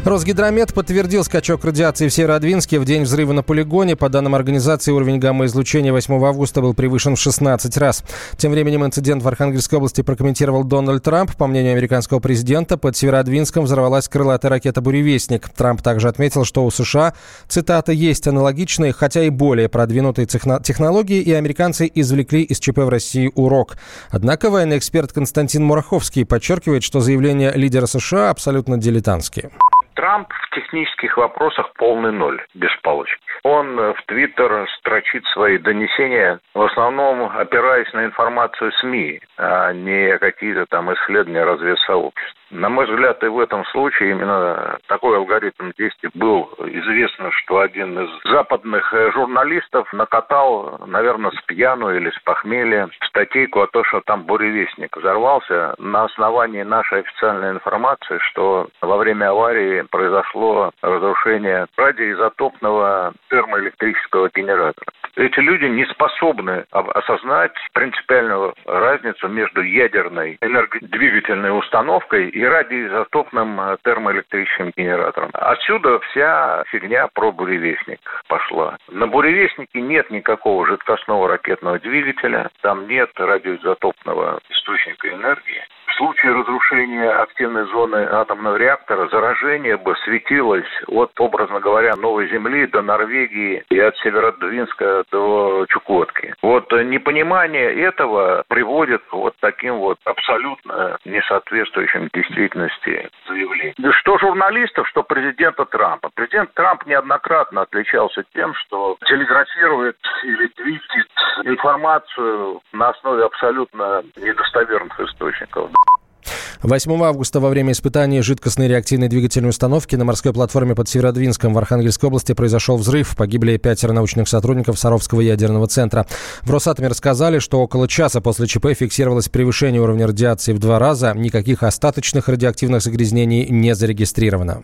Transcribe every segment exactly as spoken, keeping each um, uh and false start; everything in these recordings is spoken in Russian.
Росгидромет подтвердил скачок радиации в Северодвинске в день взрыва на полигоне. По данным организации, уровень гамма-излучения восьмого августа был превышен в шестнадцать раз. Тем временем инцидент в Архангельской области прокомментировал Дональд Трамп. По мнению американского президента, под Северодвинском взорвалась крылатая ракета «Буревестник». Трамп также отметил, что у США, цитата, «есть аналогичные, хотя и более продвинутые технологии, и американцы извлекли из ЧП в России урок». Однако военный эксперт Константин Мураховский подчеркивает, что заявления лидера США абсолютно дилетантские. Трамп в технических вопросах полный ноль, без палочки. Он в Твиттер строчит свои донесения, в основном опираясь на информацию СМИ, а не какие-то там исследования разведсообществ. На мой взгляд, и в этом случае именно такой алгоритм действий был. Известно, что один из западных журналистов накатал, наверное, с пьяну или с похмелья статейку о том, что там буревестник взорвался, на основании нашей официальной информации, что во время аварии произошло разрушение радиоизотопного термоэлектрического генератора. Эти люди не способны осознать принципиальную разницу между ядерной энергодвигательной установкой и радиоизотопным термоэлектрическим генератором. Отсюда вся фигня про буревестник пошла. На буревестнике нет никакого жидкостного ракетного двигателя, там нет радиоизотопного источника энергии. В случае разрушения активной зоны атомного реактора заражение бы светилось от, образно говоря, Новой Земли до Норвегии и от Северодвинска до Чукотки. Вот непонимание этого приводит к вот таким вот абсолютно несоответствующим действительности заявлениям. Что журналистов, что президента Трампа. Президент Трамп неоднократно отличался тем, что телеграфирует или твитит информацию на основе абсолютно недостоверных источников. восьмого августа во время испытаний жидкостной реактивной двигательной установки на морской платформе под Северодвинском в Архангельской области произошел взрыв. Погибли пятеро научных сотрудников Саровского ядерного центра. В Росатоме рассказали, что около часа после ЧП фиксировалось превышение уровня радиации в два раза. Никаких остаточных радиоактивных загрязнений не зарегистрировано.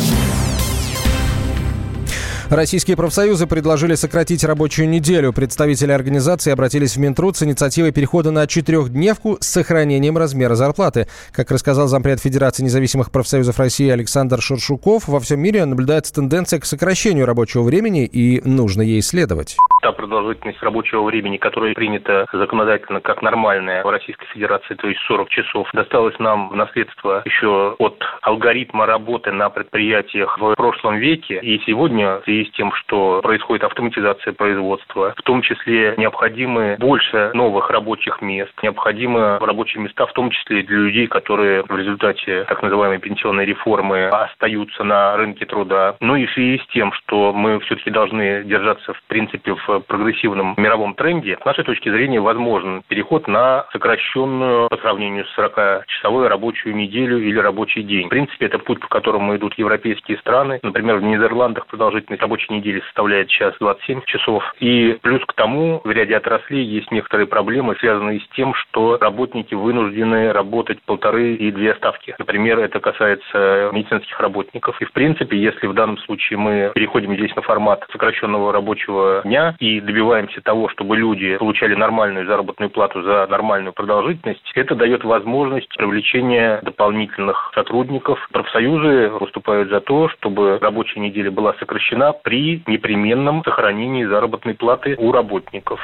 Российские профсоюзы предложили сократить рабочую неделю. Представители организации обратились в Минтруд с инициативой перехода на четырехдневку с сохранением размера зарплаты. Как рассказал зампред Федерации независимых профсоюзов России Александр Шершуков, во всем мире наблюдается тенденция к сокращению рабочего времени, и нужно ей следовать. Та продолжительность рабочего времени, которая принята законодательно как нормальная в Российской Федерации, то есть сорок часов, досталась нам в наследство еще от алгоритма работы на предприятиях в прошлом веке. И сегодня, в связи с тем, что происходит автоматизация производства, в том числе необходимы больше новых рабочих мест, необходимы рабочие места, в том числе для людей, которые в результате так называемой пенсионной реформы остаются на рынке труда. Ну и в связи с тем, что мы все-таки должны держаться, в принципе, в прогрессивном мировом тренде, с нашей точки зрения возможен переход на сокращенную по сравнению с сорокачасовой рабочую неделю или рабочий день. В принципе, это путь, по которому идут европейские страны. Например, в Нидерландах продолжительность рабочей недели составляет час двадцать семь часов. И плюс к тому, в ряде отраслей есть некоторые проблемы, связанные с тем, что работники вынуждены работать полторы и две ставки. Например, это касается медицинских работников. И, в принципе, если в данном случае мы переходим здесь на формат сокращенного рабочего дня и добиваемся того, чтобы люди получали нормальную заработную плату за нормальную продолжительность, это дает возможность привлечения дополнительных сотрудников. Профсоюзы выступают за то, чтобы рабочая неделя была сокращена при непременном сохранении заработной платы у работников.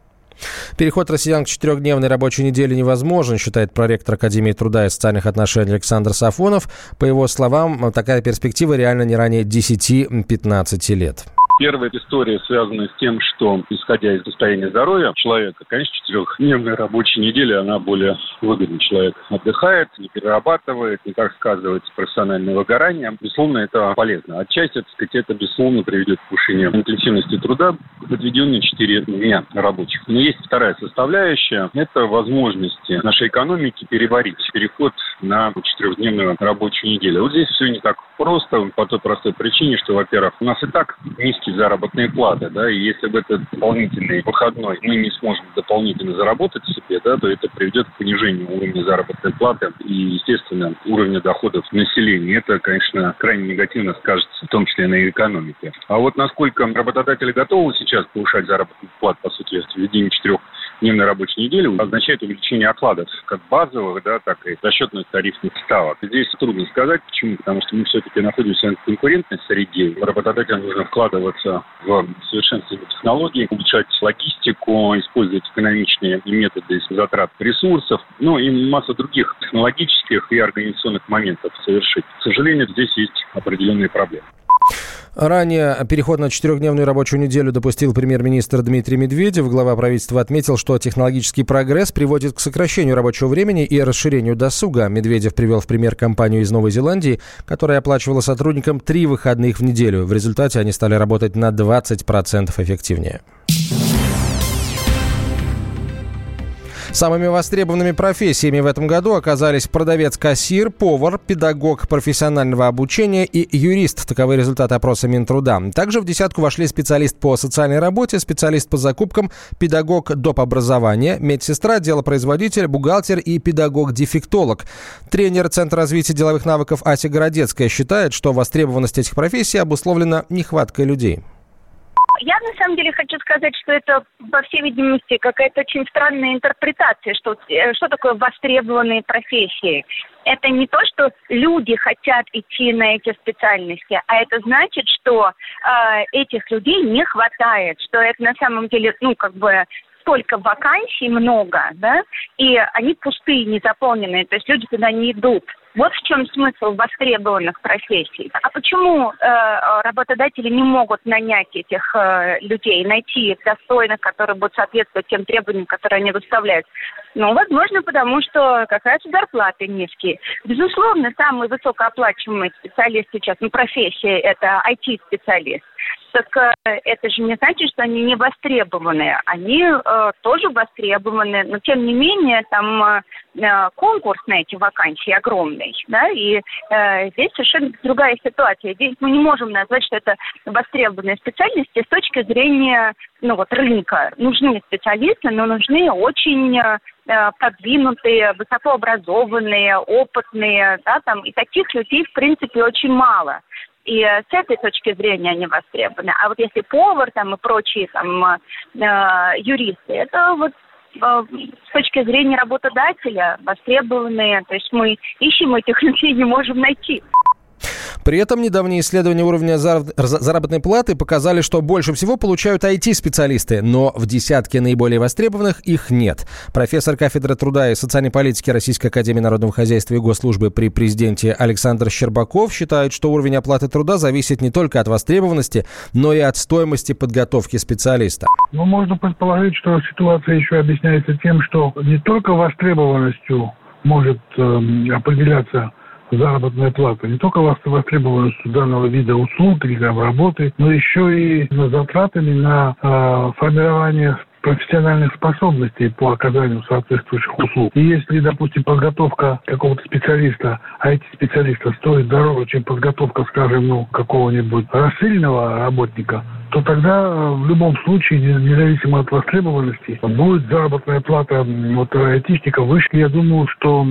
Переход россиян к четырехдневной рабочей неделе невозможен, считает проректор Академии труда и социальных отношений Александр Сафонов. По его словам, такая перспектива реально не ранее десяти-пятнадцати лет. Первая история связана с тем, что, исходя из состояния здоровья человека, конечно, четырехдневная рабочая неделя, она более выгодна. Человек отдыхает, не перерабатывает, не так сказывается профессиональное выгорание. Безусловно, это полезно. Отчасти, так сказать, это, безусловно, приведет к повышению интенсивности труда, подведенные четыре дня рабочих. Но есть вторая составляющая. Это возможности нашей экономики переварить переход на четырехдневную рабочую неделю. Вот здесь все не так просто, по той простой причине, что, во-первых, у нас и так низкие заработные платы, да, и если в этот дополнительный выходной мы не сможем дополнительно заработать себе, да, то это приведет к понижению уровня заработной платы и, естественно, уровня доходов населения. Это, конечно, крайне негативно скажется, в том числе и на экономике. А вот насколько работодатели готовы сейчас повышать заработную плату, по сути, в введении четырех дневной рабочей недели означает увеличение окладов, как базовых, да, так и расчетных тарифных ставок. Здесь трудно сказать, почему, потому что мы все-таки находимся в конкурентной среде. Работодателям нужно вкладываться в совершенствование технологий, улучшать логистику, использовать экономичные методы затрат ресурсов, ну и масса других технологических и организационных моментов совершить. К сожалению, здесь есть определенные проблемы. Ранее переход на четырехдневную рабочую неделю допустил премьер-министр Дмитрий Медведев. Глава правительства отметил, что технологический прогресс приводит к сокращению рабочего времени и расширению досуга. Медведев привел в пример компанию из Новой Зеландии, которая оплачивала сотрудникам три выходных в неделю. В результате они стали работать на двадцать процентов эффективнее. Самыми востребованными профессиями в этом году оказались продавец-кассир, повар, педагог профессионального обучения и юрист. Таковы результаты опроса Минтруда. Также в десятку вошли специалист по социальной работе, специалист по закупкам, педагог доп. Образования, медсестра, делопроизводитель, бухгалтер и педагог-дефектолог. Тренер Центра развития деловых навыков Ася Городецкая считает, что востребованность этих профессий обусловлена нехваткой людей. Я, на самом деле, хочу сказать, что это, по всей видимости, какая-то очень странная интерпретация, что, что такое востребованные профессии. Это не то, что люди хотят идти на эти специальности, а это значит, что э, этих людей не хватает, что это на самом деле, ну, как бы... столько вакансий много, да, и они пустые, незаполненные, то есть люди туда не идут. Вот в чем смысл востребованных профессий. А почему э, работодатели не могут нанять этих э, людей, найти достойных, которые будут соответствовать тем требованиям, которые они выставляют? Ну, возможно, потому что как раз зарплаты низкие. Безусловно, самый высокооплачиваемый специалист сейчас, ну, профессия, это ай ти-специалист. Так э, это же не значит, что они не востребованы. Они э, тоже востребованы, но тем не менее там э, конкурс на эти вакансии огромный, да, и э, здесь совершенно другая ситуация. Здесь мы не можем назвать, что это востребованные специальности с точки зрения, ну вот, рынка. Нужны специалисты, но нужны очень э, продвинутые, высокообразованные, опытные, да, там, и таких людей, в принципе, очень мало. И с этой точки зрения они востребованы. А вот если повар там и прочие там э, юристы, это вот э, с точки зрения работодателя востребованные. То есть мы ищем этих людей, не можем найти. При этом недавние исследования уровня заработной платы показали, что больше всего получают ай ти-специалисты, но в десятке наиболее востребованных их нет. Профессор кафедры труда и социальной политики Российской академии народного хозяйства и госслужбы при президенте Александр Щербаков считает, что уровень оплаты труда зависит не только от востребованности, но и от стоимости подготовки специалиста. Ну, можно предположить, что ситуация еще объясняется тем, что не только востребованностью может э, определяться заработная плата, не только востребованностью данного вида услуг или работы, но еще и затратами на э, формирование профессиональных способностей по оказанию соответствующих услуг. И если, допустим, подготовка какого-то специалиста, ай ти-специалиста стоит дороже, чем подготовка, скажем, ну, какого-нибудь рассыльного работника, то тогда в любом случае, независимо от востребованности, будет заработная плата вот, айтишника выше. Я думаю, что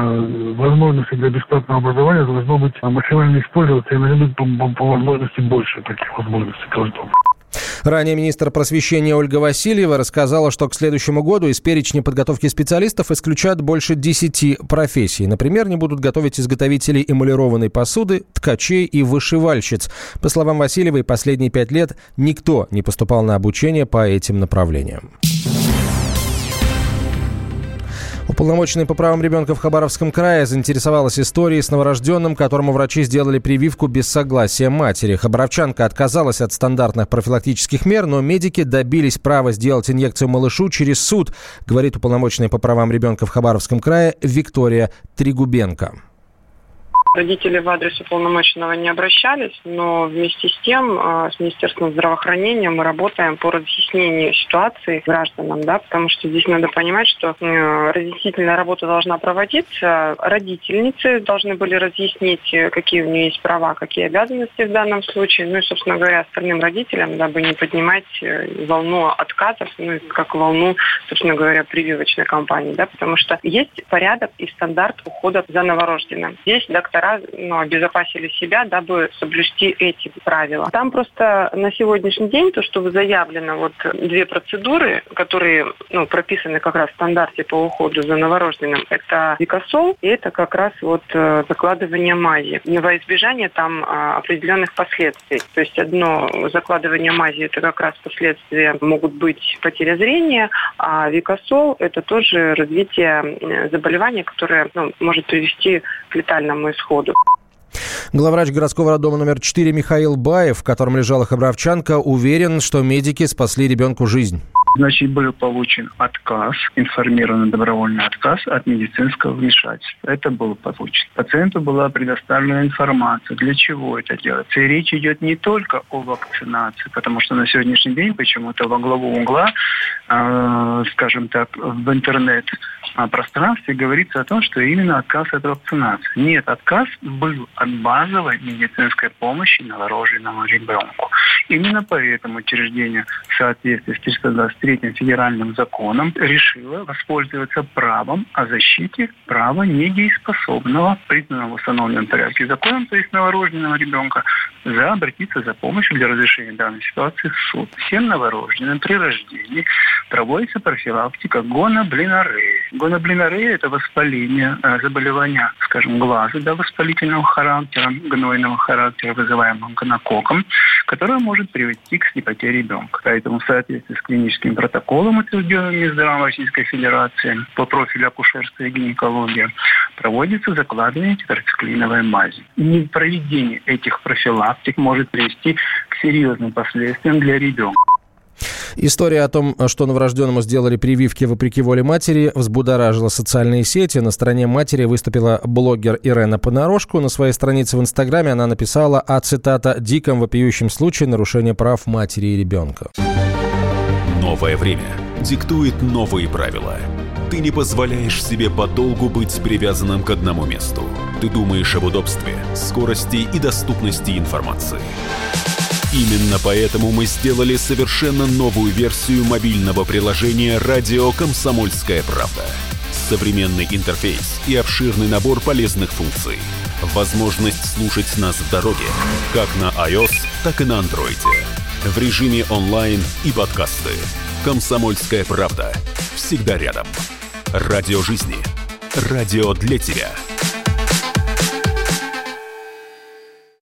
э, возможности для бесплатного образования должно быть максимально использоваться, и должно быть по, по, по возможности больше таких возможностей должно быть. Ранее министр просвещения Ольга Васильева рассказала, что к следующему году из перечня подготовки специалистов исключат больше десяти профессий. Например, не будут готовить изготовителей эмалированной посуды, ткачей и вышивальщиц. По словам Васильевой, последние пять лет никто не поступал на обучение по этим направлениям. Уполномоченная по правам ребенка в Хабаровском крае заинтересовалась историей с новорожденным, которому врачи сделали прививку без согласия матери. Хабаровчанка отказалась от стандартных профилактических мер, но медики добились права сделать инъекцию малышу через суд, говорит уполномоченная по правам ребенка в Хабаровском крае Виктория Тригубенко. Родители в адрес уполномоченного не обращались, но вместе с тем с Министерством здравоохранения мы работаем по разъяснению ситуации гражданам, да, потому что здесь надо понимать, что разъяснительная работа должна проводиться, родительницы должны были разъяснить, какие у нее есть права, какие обязанности в данном случае, ну и, собственно говоря, остальным родителям, дабы не поднимать волну отказов, ну и как волну, собственно говоря, прививочной кампании, да, потому что есть порядок и стандарт ухода за новорожденным. Здесь доктора инструктора ну, обезопасили себя, дабы соблюсти эти правила. Там просто на сегодняшний день то, что заявлено, вот две процедуры, которые ну, прописаны как раз в стандарте по уходу за новорожденным, это викосол и это как раз вот закладывание мази. Не во избежание там определенных последствий. То есть одно закладывание мази, это как раз последствия могут быть потеря зрения, а викосол это тоже развитие заболевания, которое ну, может привести к летальному исходу. Главврач городского роддома номер четыре Михаил Баев, в котором лежала хабаровчанка, уверен, что медики спасли ребенку жизнь. Значит, был получен отказ, информированный добровольный отказ от медицинского вмешательства. Это было получено. Пациенту была предоставлена информация, для чего это делается. И речь идет не только о вакцинации, потому что на сегодняшний день почему-то во главу угла, э, скажем так, в интернет-пространстве говорится о том, что именно отказ от вакцинации. Нет, отказ был от базовой медицинской помощи новорожденному ребенку. Именно поэтому учреждение в соответствии с триста двадцать третьим федеральным законом решило воспользоваться правом о защите права недееспособного, признанного в установленном порядке законом, то есть новорожденного ребенка, за обратиться за помощью для разрешения данной ситуации в суд. Всем новорожденным при рождении проводится профилактика гонобленореи. Гонобленорея – это воспаление, заболевания, скажем, глаза, да, воспалительного характера, гнойного характера, вызываемого гонококком, которое может привести к слепоте ребенка. Поэтому в соответствии с клиническим протоколом, утвержденным Минздравом Российской Федерации по профилю акушерства и гинекологии, проводится закладывание тетрациклиновой мази. Непроведение этих профилактик может привести к серьезным последствиям для ребенка. История о том, что новорожденному сделали прививки вопреки воле матери, взбудоражила социальные сети. На стороне матери выступила блогер Ирена Понарошку. На своей странице в Инстаграме она написала о, цитата, «диком вопиющем случае нарушения прав матери и ребенка». Новое время диктует новые правила. Ты не позволяешь себе подолгу быть привязанным к одному месту. Ты думаешь об удобстве, скорости и доступности информации. Именно поэтому мы сделали совершенно новую версию мобильного приложения «Радио Комсомольская правда». Современный интерфейс и обширный набор полезных функций. Возможность слушать нас в дороге, как на iOS, так и на Android. В режиме онлайн и подкасты. «Комсомольская правда». Всегда рядом. Радио жизни. Радио для тебя.